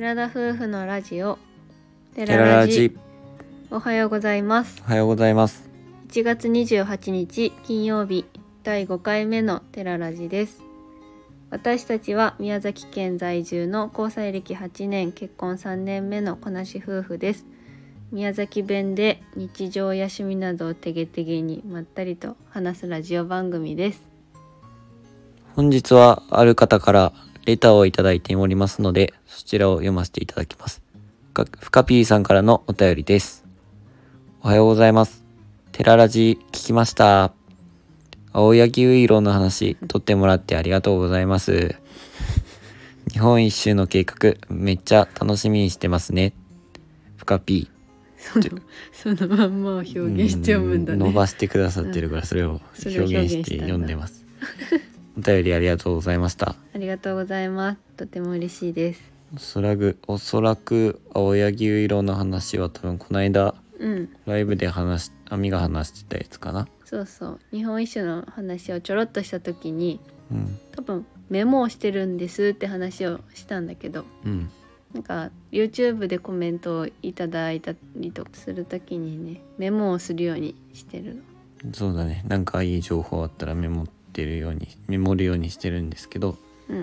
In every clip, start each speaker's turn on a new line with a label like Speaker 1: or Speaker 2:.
Speaker 1: 寺田夫婦のラジオ
Speaker 2: テララジ。
Speaker 1: おはようございます。
Speaker 2: おはようございます。
Speaker 1: 1月28日金曜日第5回目のテララジです。私たちは宮崎県在住の交際歴8年結婚3年目のこなし夫婦です。宮崎弁で日常や趣味などをてげてげにまったりと話すラジオ番組です。
Speaker 2: 本日はある方からレターをいただいておりますので、そちらを読ませていただきます。ふかぴーさんからのお便りです。おはようございます。テララジ聞きました。青柳ウイロの話取ってもらってありがとうございます。日本一周の計画めっちゃ楽しみにしてますね。ふかぴ
Speaker 1: ーそのまんまを表現して読むんだね。
Speaker 2: 伸ばしてくださってるから、それを表現して読んでます。お便りありがとうございました。
Speaker 1: ありがとうございます。とても嬉しいです。
Speaker 2: おそらく青柳ウイロの話は多分この間、ライブでアミが話してたやつかな。
Speaker 1: そう日本一周の話をちょろっとした時に、多分メモをしてるんですって話をしたんだけど、なんか YouTube でコメントをいただいたりとかする時にね、メモをするようにしてるの。
Speaker 2: そうだね、なんかいい情報あったらメモるようにしてるんですけど、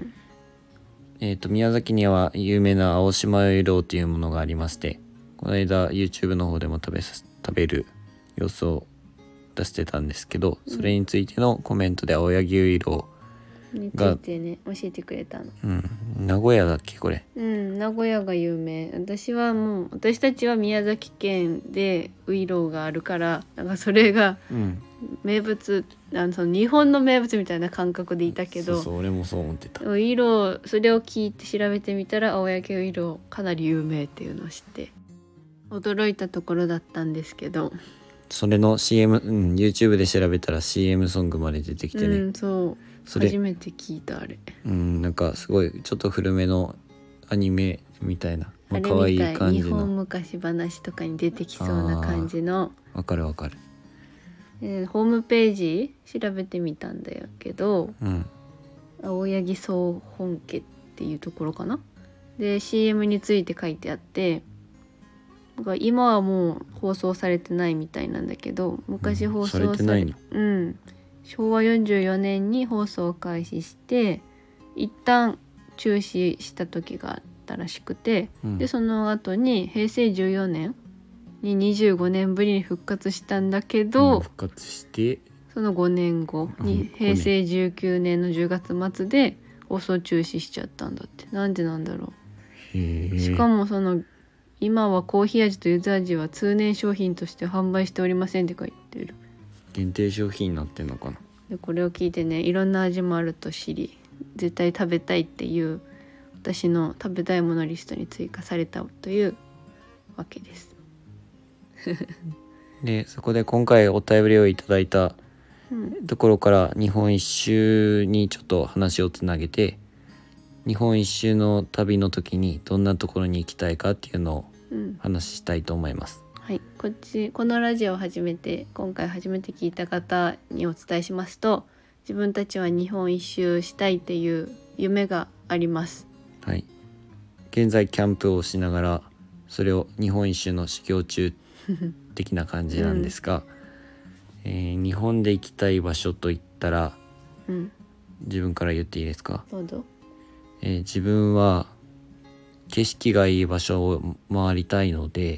Speaker 2: 宮崎には有名な青島ウイロウというものがありまして、この間 YouTube の方でも食べる様子を出してたんですけど、それについてのコメントで青柳ウイロウ
Speaker 1: についてね教えてくれたの。
Speaker 2: 名古屋だっけこれ。
Speaker 1: 名古屋が有名。私たちは宮崎県でウイロウがあるから、なんかそれが名物、その日本の名物みたいな感覚でいたけど、
Speaker 2: そう俺もそう思ってた。
Speaker 1: ウイロウ、それを聞いて調べてみたら青柳ウイロウかなり有名っていうのを知って驚いたところだったんですけど、
Speaker 2: それの CM、YouTube で調べたら CM ソングまで出てきてね、
Speaker 1: それ初めて聞いた。あれ
Speaker 2: なんかすごいちょっと古めのアニメみたいな、可愛い感じの
Speaker 1: 日本昔話とかに出てきそうな感じの。
Speaker 2: わかる、
Speaker 1: ホームページ調べてみたんだけど、青柳総本家っていうところかなで CM について書いてあって、なんか今はもう放送されてないみたいなんだけど、昔放送されてないの。昭和44年に放送を開始して一旦中止した時があったらしくて、でその後に平成14年に25年ぶりに復活したんだけど、
Speaker 2: 復活して
Speaker 1: その5年後に平成19年の10月末で放送中止しちゃったんだって。なんでなんだろう。しかも今はコーヒー味と柚子味は通年商品として販売しておりませんって書いてる。
Speaker 2: 限定商品になってんのかな。
Speaker 1: でこれを聞いてね、いろんな味もあると知り、絶対食べたいっていう私の食べたいものリストに追加されたというわけです。
Speaker 2: でそこで今回お便りをいただいたところから日本一周にちょっと話をつなげて、日本一周の旅の時にどんなところに行きたいかっていうのを話したいと思います。
Speaker 1: はい、このラジオを今回初めて聞いた方にお伝えしますと、自分たちは日本一周したいっていう夢があります。
Speaker 2: はい、現在キャンプをしながらそれを日本一周の修行中的な感じなんですが、日本で行きたい場所といったら、自分から言っていいですか。
Speaker 1: どうぞ。
Speaker 2: 自分は景色がいい場所を回りたいので、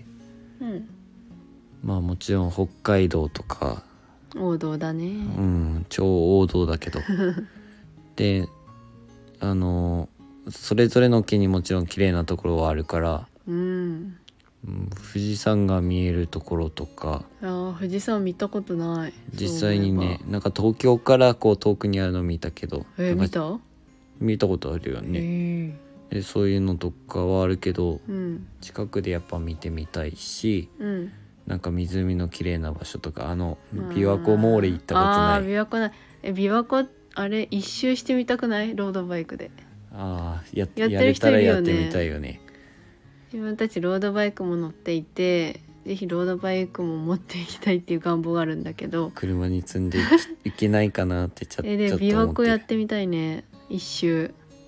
Speaker 2: もちろん北海道とか
Speaker 1: 王道だね。
Speaker 2: 超王道だけどでそれぞれの県にもちろん綺麗なところはあるから、富士山が見えるところとか。
Speaker 1: 富士山見たことない。
Speaker 2: 実際にね、なんか東京から遠くにあるの見たけど、見たことあるよね。でそういうのとかはあるけど、近くでやっぱ見てみたいし、なんか湖の綺麗な場所とか、琵琶湖も俺行ったことない。
Speaker 1: 琵琶湖あれ一周してみたくない？ロードバイクで。
Speaker 2: やれたらやってみたいよね。
Speaker 1: 自分たちロードバイクも乗っていて、ぜひロードバイクも持っていきたいっていう願望があるんだけど、
Speaker 2: 車に積んでいけないかなってちょっと思ってる。
Speaker 1: 琵琶湖やってみたいね、一周。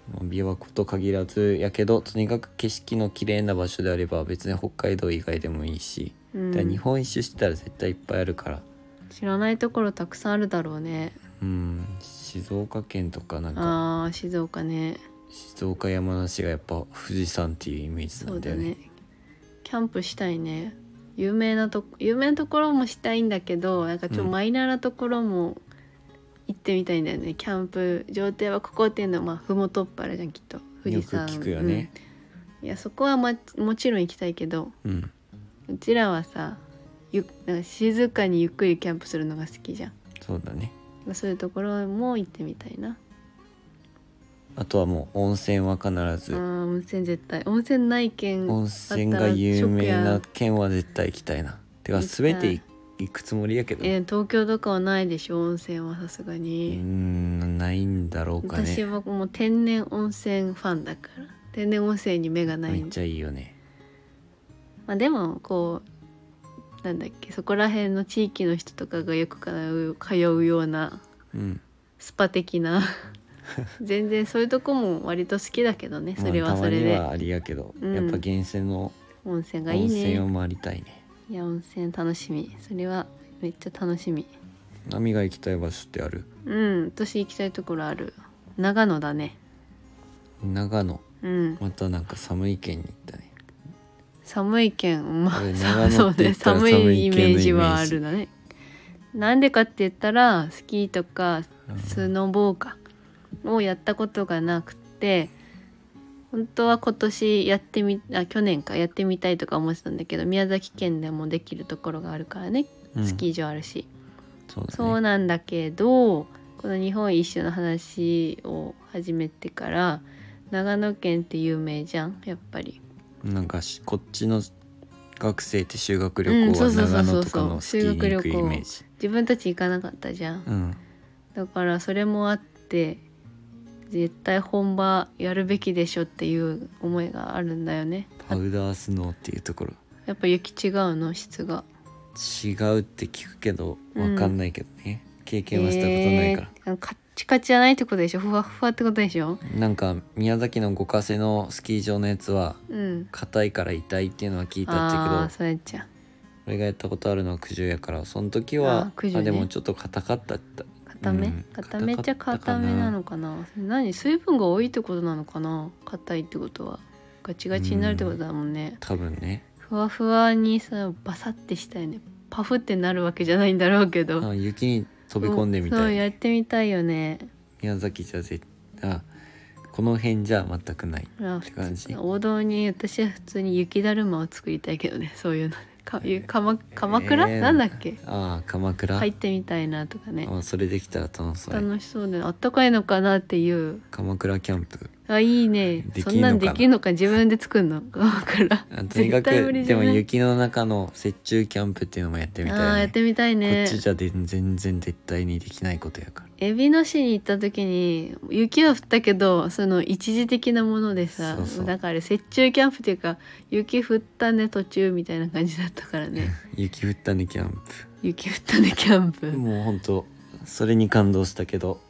Speaker 2: 琵琶湖と限らずやけど、とにかく景色の綺麗な場所であれば別に北海道以外でもいいし、で日本一周してたら絶対いっぱいあるから、
Speaker 1: 知らないところたくさんあるだろうね。
Speaker 2: 静岡県とかなんか、
Speaker 1: ああ静岡ね。
Speaker 2: 静岡山梨がやっぱ富士山っていうイメージなんだよね。
Speaker 1: そうだね。キャンプしたいね。有名なところもしたいんだけど、なんかちょっとマイナーなところも行ってみたいんだよね。キャンプ場定はここっていうのはふもとっぱらじゃんきっと。富士山。
Speaker 2: よく聞くよね。
Speaker 1: いやそこは、もちろん行きたいけど、うちらはさなんか静かにゆっくりキャンプするのが好きじゃん。
Speaker 2: そうだね。
Speaker 1: そういうところも行ってみたいな。
Speaker 2: あとはもう温泉は必ず、
Speaker 1: 温泉絶対、温泉ない県
Speaker 2: 温泉が有名な県は絶対行きたいな。てか全て行くつもりやけど、
Speaker 1: 東京とかはないでしょ温泉は。さすがに
Speaker 2: ないんだろうかね。
Speaker 1: 私はもう天然温泉ファンだから、天然温泉に目がない。
Speaker 2: めっちゃいいよね。
Speaker 1: でもこうなんだっけ、そこら辺の地域の人とかがよく通うような、スパ的な全然そういうとこも割と好きだけどね。それはそれで、
Speaker 2: たまにはありやけど、やっぱ源泉の
Speaker 1: 温泉がいいね。
Speaker 2: 温泉を回りたいね。
Speaker 1: いや温泉楽しみ。それはめっちゃ楽しみ。
Speaker 2: ナミが行きたい場所ってある？
Speaker 1: 私行きたいところある。長野だね。
Speaker 2: 長野、またなんか寒い県に行ったね。
Speaker 1: 寒い県、
Speaker 2: そうね、
Speaker 1: 寒いイメージはあるだね。なんでかって言ったらスキーとかスノボーをやったことがなくて、本当は今年去年やってみたいとか思ってたんだけど、宮崎県でもできるところがあるからね、スキー場あるし、そうなんだけど、この日本一周の話を始めてから長野県って有名じゃんやっぱり。
Speaker 2: なんかこっちの学生って修学旅行は長野とかのスキーに行くイメージ。
Speaker 1: 自分たち行かなかったじゃん、だからそれもあって絶対本場やるべきでしょっていう思いがあるんだよね。
Speaker 2: パウダースノーっていうところ、
Speaker 1: やっぱ雪違うの質が
Speaker 2: 違うって聞くけど分かんないけどね、経験はしたことないから、
Speaker 1: カッチカチじゃないってことでしょ、ふわふわってことでしょ。
Speaker 2: なんか宮崎の五ヶ瀬のスキー場のやつは硬いから痛いっていうのは聞いたっちゃけど、
Speaker 1: そうやっちゃ
Speaker 2: 俺がやったことあるのは九十やから、その時はでもちょっと硬かった
Speaker 1: 固めっちゃ固めなのかな。水分が多いってことなのかな。硬いってことはガチガチになるってことだもんね、
Speaker 2: 多分ね。
Speaker 1: ふわふわにさバサッてしたいね。パフってなるわけじゃないんだろうけど、
Speaker 2: 雪に飛び込んでみたい、
Speaker 1: そうやってみたいよね。
Speaker 2: 宮崎じゃこの辺じゃ全くないって感じ。
Speaker 1: 王道に私は普通に雪だるまを作りたいけどね、そういうの鎌倉、なんだっけ、
Speaker 2: 鎌倉
Speaker 1: 入ってみたいなとかね。
Speaker 2: それできたら楽しそう。
Speaker 1: 楽しそうで、あったかいのかなっていう。
Speaker 2: 鎌倉キャンプ
Speaker 1: いいね。そんなんできるのか。自分で作るの鎌倉
Speaker 2: とにかくでも雪の中の雪中キャンプっていうのもやってみたいね。
Speaker 1: やってみたいね。
Speaker 2: こっちじゃ全然絶対にできないことやから。
Speaker 1: 海老名市に行った時に雪は降ったけど、その一時的なものでさ、だから雪中キャンプっていうか雪降ったね途中みたいな感じだったからね
Speaker 2: 雪降ったねキャンプ、
Speaker 1: 雪降ったねキャンプ、
Speaker 2: もうほんとそれに感動したけど、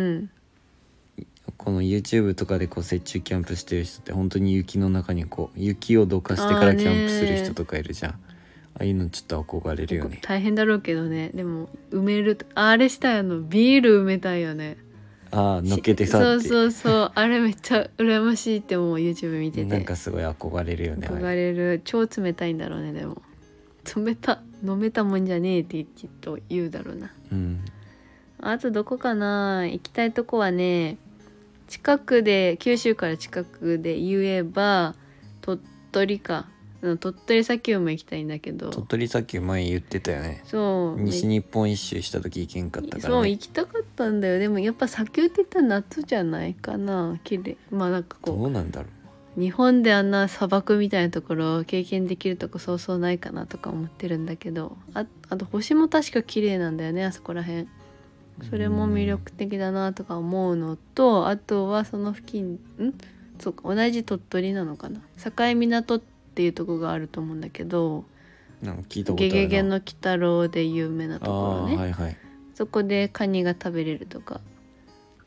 Speaker 2: この YouTube とかで雪中キャンプしてる人って本当に雪の中に雪をどかしてからキャンプする人とかいるじゃん。ああいうのちょっと憧れるよね。
Speaker 1: 大変だろうけどね。でも埋めるあれしたいビール埋めたいよね。
Speaker 2: 乗っけてさって。
Speaker 1: そうあれめっちゃ羨ましいって思う。 YouTube 見てて
Speaker 2: なんかすごい憧れるよね。
Speaker 1: 憧れる。超冷たいんだろうね。でも飲めたもんじゃねえってきっと言うだろうな。あとどこかな。行きたいとこはね、九州から近くで言えば鳥取か。鳥取砂丘も行きたいんだけど。
Speaker 2: 鳥取砂丘前言ってたよね。そう西日本一周した時行けんかったからね。
Speaker 1: そう行きたかったんだよ。でもやっぱ砂丘って言ったら夏じゃないかな。綺麗。なんか
Speaker 2: どうなんだろ
Speaker 1: う、日本であんな砂漠みたいなところを経験できるとこそうそうないかなとか思ってるんだけど、あと星も確か綺麗なんだよね、あそこら辺。それも魅力的だなとか思うのと、あとはその付近そうか、同じ鳥取なのかな、境港っていうとこがあると思うんだけど、
Speaker 2: なんか聞いたことあるな。
Speaker 1: ゲゲゲの鬼太郎で有名なところね。
Speaker 2: はいはい、
Speaker 1: そこでカニが食べれるとか、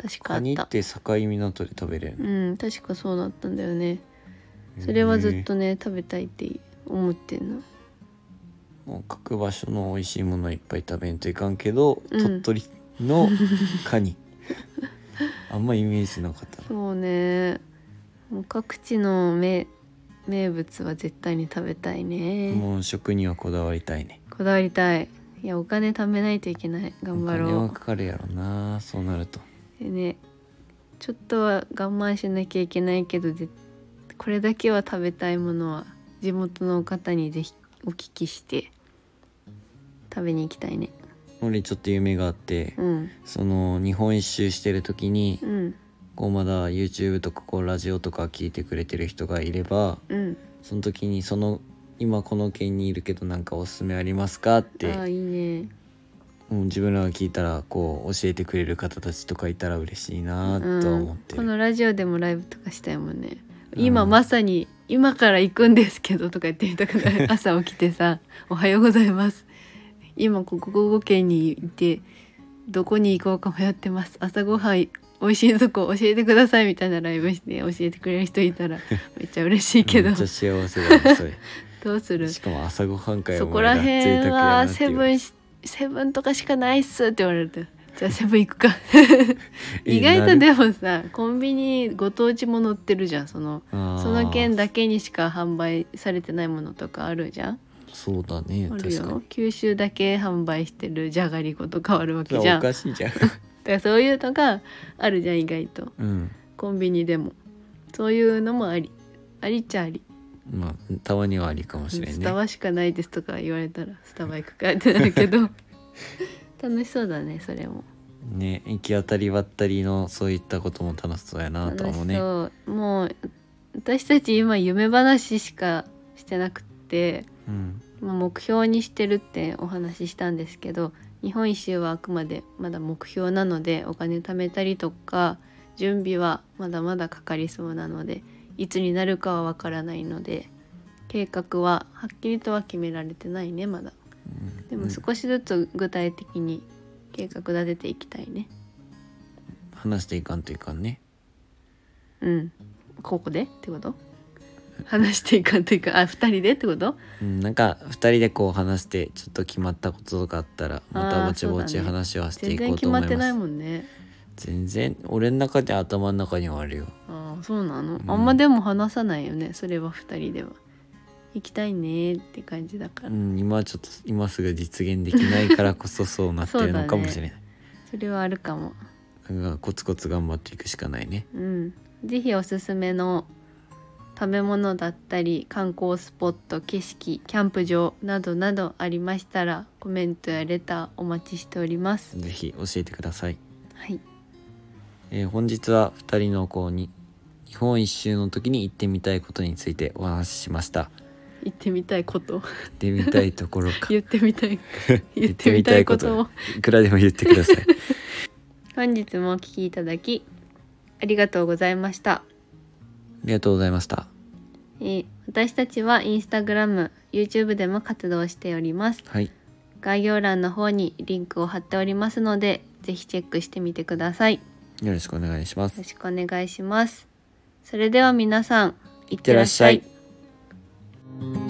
Speaker 1: 確かあった。
Speaker 2: カニって境港で食べれるの？
Speaker 1: 確かそうだったんだよね。それはずっとね食べたいって思ってんの。
Speaker 2: もう各場所の美味しいものいっぱい食べんといかんけど、鳥取のカニあんまイメージなかったな。
Speaker 1: そうね、もう各地の名物は絶対に食べたいね。
Speaker 2: もう食にはこだわりたいね。
Speaker 1: こだわりたい。いやお金貯めないといけない。頑張ろう。
Speaker 2: お金はかかるやろな、そうなると。
Speaker 1: でね、ちょっとは我慢しなきゃいけないけど、これだけは食べたいものは地元の方にぜひお聞きして食べに行きたいね。
Speaker 2: 俺ちょっと夢があって、その日本一周してる時に、こうまだ YouTube とかこうラジオとか聞いてくれてる人がいれば、その時に今この県にいるけどなんかおすすめありますかって、
Speaker 1: いいね。
Speaker 2: 自分らが聞いたらこう教えてくれる方たちとかいたら嬉しいなと思ってる。
Speaker 1: このラジオでもライブとかしたいもんね。今まさに今から行くんですけどとか言ってみたくない？朝起きてさおはようございます、今ここ県にいてどこに行こうか迷ってます、朝ごはん美味しいとこ教えてくださいみたいなライブして教えてくれる人いたらめっちゃ嬉しいけど
Speaker 2: めっちゃ幸せだねそれ
Speaker 1: どうする？
Speaker 2: しかも朝ごはん会
Speaker 1: そこら辺はセブンとかしかないっすって言われると、じゃあセブン行くか意外とでもさコンビニご当地も載ってるじゃん。その県だけにしか販売されてないものとかあるじゃん。
Speaker 2: そうだね、
Speaker 1: あるよ。
Speaker 2: 確かに
Speaker 1: 九州だけ販売してるじゃがりことかあるわけじゃん。
Speaker 2: おかしいじゃん
Speaker 1: だからそういうのがあるじゃん意外と、コンビニでもそういうのもありっちゃあり。
Speaker 2: まあたまにはありかもしれんね。
Speaker 1: スタバしかないですとか言われたらスタバ行くかってなるけど楽しそうだねそれも
Speaker 2: ね。行き当たりばったりのそういったことも楽しそうやなと思うね。
Speaker 1: そうもう私たち今夢話しかしてなくて、目標にしてるってお話ししたんですけど、日本一周はあくまでまだ目標なのでお金貯めたりとか準備はまだまだかかりそうなので、いつになるかはわからないので計画ははっきりとは決められてないねまだ。でも少しずつ具体的に計画立てていきたいね。
Speaker 2: 話していかんといかんね。
Speaker 1: ここでってこと？話していかんというか2人でってこと？
Speaker 2: なんか2人でこう話してちょっと決まったこととかあったらまたぼちぼち話はしていこうと思います。
Speaker 1: 全然決まってないもんね。
Speaker 2: 全然俺の中で頭の中にはあるよ。
Speaker 1: そうなの、あんまでも話さないよねそれは2人では。行きたいねって感じだから、
Speaker 2: 今はちょっと今すぐ実現できないからこそそうなってるのかもしれない。
Speaker 1: それはあるかも。
Speaker 2: コツコツ頑張っていくしかないね。
Speaker 1: ぜひおすすめの食べ物だったり観光スポット、景色、キャンプ場などなどありましたらコメントやレターお待ちしております。
Speaker 2: ぜひ教えてください。
Speaker 1: はい。
Speaker 2: 本日は2人の子に日本一周の時に行ってみたいことについてお話ししました。
Speaker 1: 行ってみたいこと
Speaker 2: 行ってみたいところか
Speaker 1: 言ってみたいことを
Speaker 2: いくらでも言ってください
Speaker 1: 本日もお聞きいただきありがとうございました。
Speaker 2: ありがとうございました。
Speaker 1: 私たちはインスタグラム、YouTube でも活動しております。概要欄の方にリンクを貼っておりますのでぜひチェックしてみてください。
Speaker 2: よろしくお願いします。
Speaker 1: よろしくお願いします。それでは皆さんいってらっしゃい。